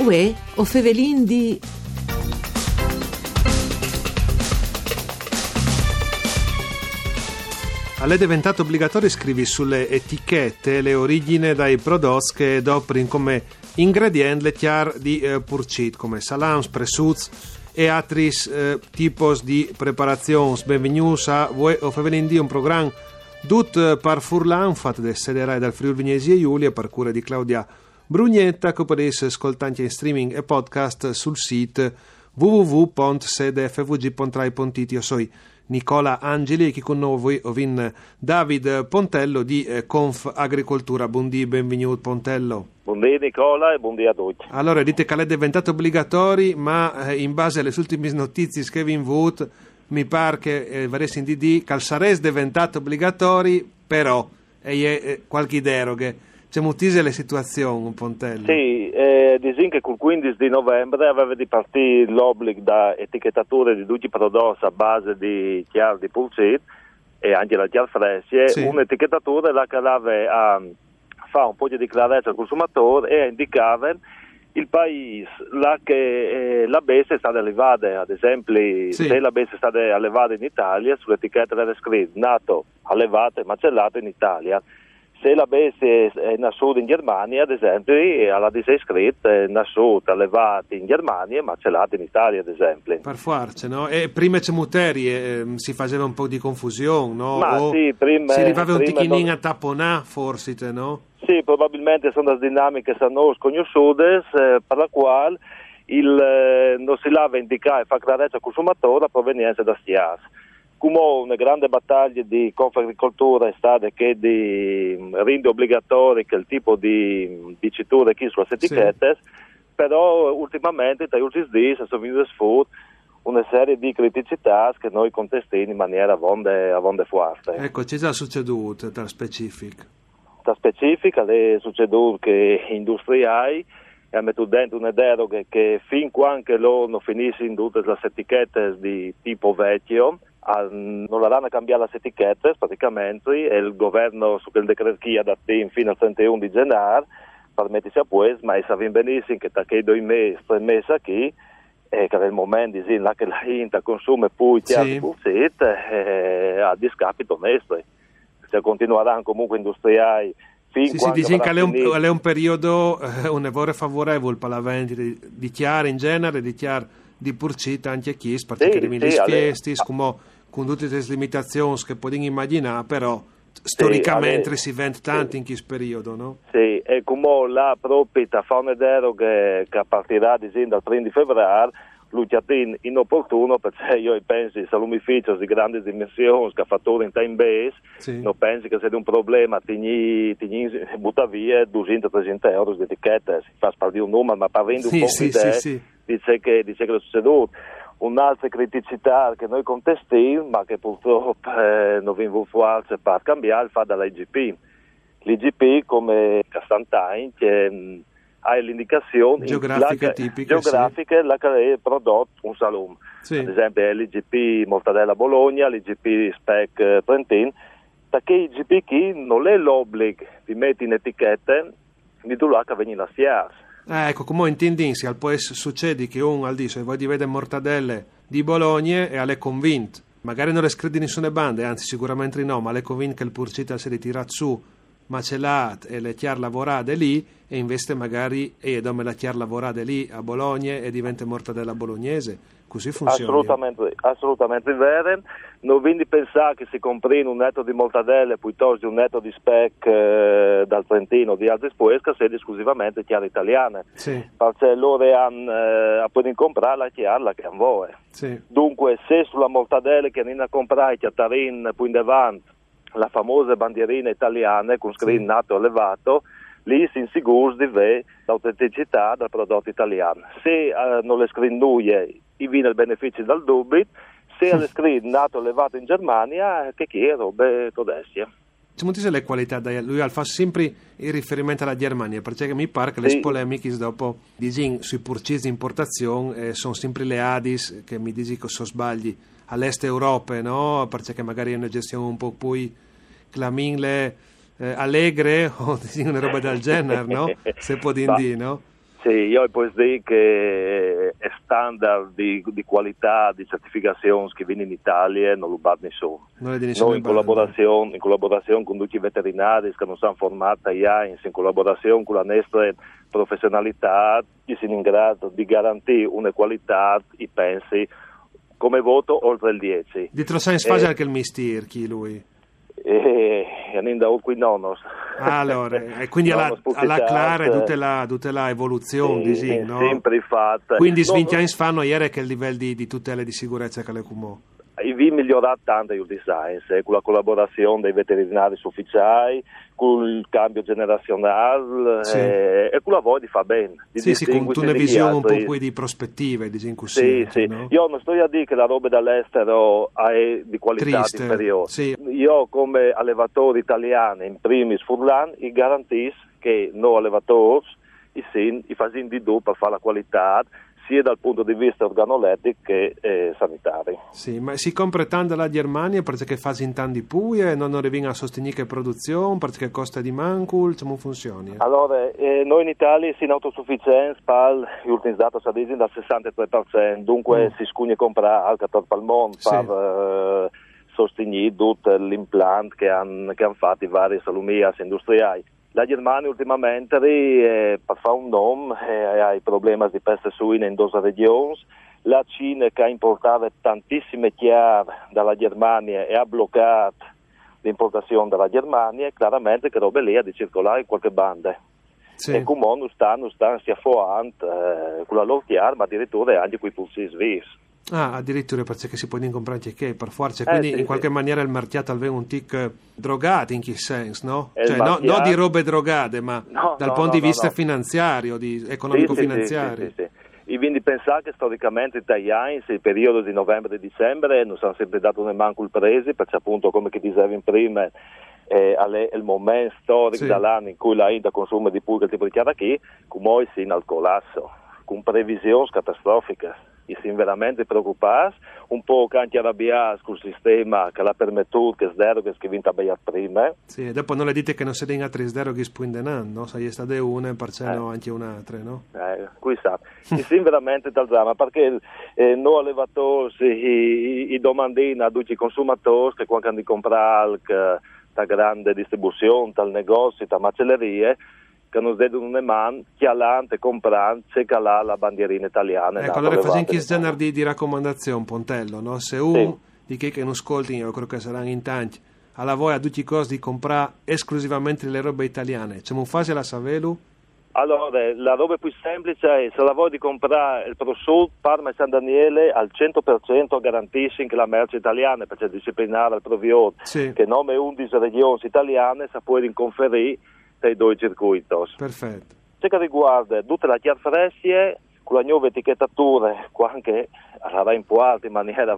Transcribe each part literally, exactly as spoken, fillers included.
Uè, o fevelin di... È diventato obbligatorio scrivi sulle etichette le origini dai prodotti che doprin come ingredienti le chiar di eh, purcit, come salams, presciuts e altri eh, tipos di preparazioni. Benvenuti a Voi o Fevelin di un programma tutto par Furlan, fatto da Sederai dal Friuli Vignesi e Giulia, per cura di Claudia Brugnetta, che potete ascoltare in streaming e podcast sul sito w w w punto sedefvg punto rai punto it. Io sono Nicola Angeli e chi con noi ovin David Pontello di eh, Conf Agricoltura. Buondì, benvenuto Pontello. Buondì Nicola e buondì a tutti. Allora, dite che è diventato obbligatori, ma eh, in base alle ultime notizie che vi invut, mi pare che eh, varesse in D D che saresse diventato obbligatori, però e eh, qualche deroghe. C'è mutise le situazioni, un Pontello? Sì, eh, disin che col quindici di novembre aveva di partire l'obbligo da etichettatura di tutti i prodotti a base di chiar di pulcit e anche la chiar fresche, sì. Un'etichettatura la che aveva a fare un po' di chiarezza al consumatore e indicava il paese là che eh, la bestia è stata allevata, ad esempio, sì. Se la bestia è stata allevata in Italia, sull'etichetta era scritto nato, allevato e macellato in Italia. Se la bestia è nascuta in Germania, ad esempio, alla di sé scritto è nascuta, allevata in Germania e macellata in Italia, ad esempio. Per forza, no? E prima c'è muterie, eh, si faceva un po' di confusione, no? Ma o sì, prima... Si arrivava un ticchinin non... a tapponà, forse, no? Sì, probabilmente sono le dinamiche che non conosciute, eh, per la quale il, eh, non si lava indicare e fa chiarezza al consumatore la provenienza da stias. Come una grande battaglia di Confagricoltura è stata che di rende obbligatori che il tipo di dicitura qui sulle etichette, sì. Però ultimamente tra gli ultimi giorni sono venute fuori una serie di criticità che noi contestiamo in maniera avonde forte. Ecco, c'è già succeduto tra specific? Tra specifica è succeduto che industriali ha messo dentro una deroga che fin quando loro non finissero in tutte le etichette di tipo vecchio, non la danno a cambiare le etichette praticamente e il governo su quel decreto che ha dato fino al trentuno di gennaio permettersi a poi, ma sappiamo benissimo che da che due mesi, tre mesi qui e che è il momento di là che la Inta consuma poi chiaro di pulsit eh, a discapito nostro. Se continueranno comunque industriali fin sì, quando si dice che è un, finito... è un periodo eh, un evore favorevole per la vendita di, di chiara in genere, di chiara di purcita anche a chi, particolarmente sì, sì, le feste, alle... come con tutte le limitazioni che possiamo immaginare, però storicamente sì, si vende tanto sì. In questo periodo, no? Sì, e come la proprietà fa una deroga che partirà dal primo di febbraio, lui ha detto inopportuno, perché io penso che salumificio di grandi dimensioni che ha fatto in time base, sì. Non penso che sia un problema, ti butta via duecento trecento euro di etichette, si fa spartire un numero, ma parendo sì, un po' sì, di idee, sì, sì. Dice che, dice che è succeduto. Un'altra criticità che noi contestiamo, ma che purtroppo eh, non viene fuori per cambiare, fa dall'I G P. L'I G P, come Castantain, che mh, ha l'indicazione geografica la, tipica, geografica sì. La che è prodotto un salum. Sì. Ad esempio l'I G P Mortadella Bologna, l'I G P Spec Trentin, perché l'I G P qui non è l'obbligo di mettere in etichette di dove che viene la SIAS. Eh, ecco, come intendi, se al può succede che un al dice vuoi di vedere mortadelle di Bologna e alle convinto, magari non le scrive nessuna bande, anzi sicuramente no, ma le convinto che il purcita si ritira su macellato e le chiar lavorate lì e investe magari e dove la chiar lavorate lì a Bologna e diventa mortadella bolognese, così funziona. Assolutamente, assolutamente vero. Non quindi pensare che si comprino un netto di mortadelle piuttosto di un netto di spec eh, dal Trentino o di altri spoesca sedi esclusivamente chiare italiane, sì. Perché loro hanno eh, potuto comprare la chiara che hanno voi. Sì. Dunque se sulla mortadella che hanno comprato che Tarin poi in davanti la famosa bandierina italiana con scritto sì. Nato allevato, lì si insicuri di vedere l'autenticità del prodotto italiano. Se eh, non le scrive i viene il beneficio dal dubito, se le scrive nato allevato in Germania, che chiedo, beh, todessia. Ci montise le qualità, lui fa sempre il riferimento alla Germania, perché mi pare che sì. Le polemiche dopo dicono sui purchesi di importazione eh, sono sempre le Adis, che mi dici che so sbagli, all'est Europa, no? Perché magari è una gestione un po' poi claminle eh, allegre o una roba del genere, no? Se può dire, no? Sì, io posso dire che è standard di, di qualità, di certificazione che viene in Italia non lo bat nessuno. Noi in collaborazione, in collaborazione con tutti i veterinari che non sono formati in collaborazione con la nostra professionalità, che sono in grado di garantire una qualità, i pensi, come voto oltre il dieci. Dietro Science fa anche il mistier, chi lui? E andiamo qui nonos. Ah, allora, e quindi alla, alla Clara tutta la, tutta la evoluzione, sì, sì, no? Sempre fatta. Quindi sventi anni fanno ieri che il livello di, di tutele di sicurezza che le cumò. Vi migliorato tanto il design, eh, con la collaborazione dei veterinari ufficiali, con il cambio generazionale, sì. eh, e con la voglia di fa bene. Di sì, sì, con una visione un po' poi di prospettive, di così. Sì, sì. No? Io non sto a dire che la roba dall'estero è di qualità Triste, inferiore. Sì. Io come allevatore italiano, in primis Furlan, vi garantisco che noi allevatori, i sin, i fasin di du per fare la qualità, sia dal punto di vista organolettico che eh, sanitario. Sì, ma si compra tanto la Germania perché fa in tanti pui e non arriva a sostenere che produzione, perché costa di mancul, come funziona? Allora, eh, noi in Italia siamo autosufficienti per gli ultimi dati dal sessantatré per cento, dunque mm. si scugna comprare al quattordici per mondo sì. per eh, sostenere tutto l'impianto che hanno che han fatto i vari salumias industriali. La Germania ultimamente, eh, per fare un nome, eh, ha i problemi di peste suina in due regioni. La Cina, che ha importato tantissime chiavi dalla Germania e ha bloccato l'importazione dalla Germania, chiaramente che roba lì ha di circolare in qualche banda. Sì. E come non stanno, stanno si affoando eh, con la loro chiave, ma addirittura anche con i pulsi sviss. Ah, addirittura perché si può comprare anche che per forza, quindi eh, sì, in qualche sì. maniera il marchiato aveva un tic drogato in che senso, no? Cioè, no, non di robe drogate, ma no, dal no, punto no, di vista no. finanziario, di economico-finanziario. Sì, sì, sì, sì, sì. E quindi pensare che storicamente gli italiani, il periodo di novembre e dicembre, non sono sempre dato un manco il presi, perché appunto, come che dicevi prima, eh, è il momento storico sì. dall'anno in cui la India consuma di più che tipo di chiara qui, come si in al collasso, con previsioni catastrofiche. E siamo veramente preoccupati, un po' anche arrabbiati col sistema che l'ha permesso che sderoghe che vinta a prima. Sì, e dopo non le dite che non si den altre sderoghe spundenano, no? Se gli sta de una, perciò eh. anche un'altra, no? Eh, qui sta. E siamo veramente dal dramma, perché eh, noi allevatori, i, i, i domandini a tutti i consumatori che quando hanno di comprare da grande distribuzione, dal negozio, da macellerie, che non vedono una mano, chialante, comprante, c'è calà la bandierina italiana. Ecco, allora facciamo anche il genere di, di raccomandazione, Pontello, no? Se uno sì. di chi che non ascolti, io credo che saranno in tanti, alla voi a tutti i costi di comprare esclusivamente le robe italiane, c'è un fase la Savelu? Allora, la roba più semplice è, se la vuoi di comprare il prosciutto, Parma e San Daniele, al cento per cento garantisci che la merce italiana, perché disciplinare il proviot, sì. che nome undici regioni italiane, si può conferire dei due circuiti. Perfetto. Ciò che riguarda tutte le chiarfressie, con la nuova etichettatura, anche sarà impuata in maniera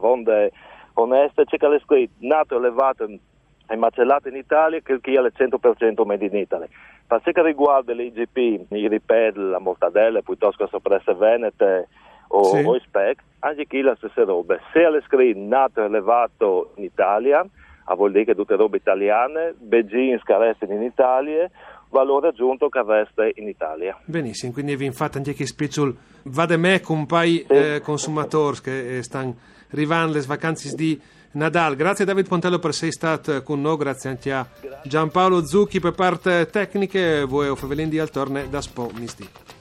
onesta, c'è che è scritto nato, elevato e macellato in Italia, che è al cento per cento made in Italy. Per ciò che riguarda l'I G P, i ripet, la mortadella, piuttosto che soppresse venete o, sì. o i spec, anche qui la stessa roba. Se è scritto nato e elevato in Italia, vuol dire che tutte robe italiane, Beijing che restano in Italia, valore aggiunto che resta in Italia. Benissimo, quindi vi infatti anche che spicciol va da me con un paio sì. eh, consumatori che eh, stanno arrivando le vacanze di Nadal. Grazie a David Pontello per essere stato con noi, grazie anche a Giampaolo Zucchi per parte tecniche, voi o Fevelin di Altorne da Spo Misti.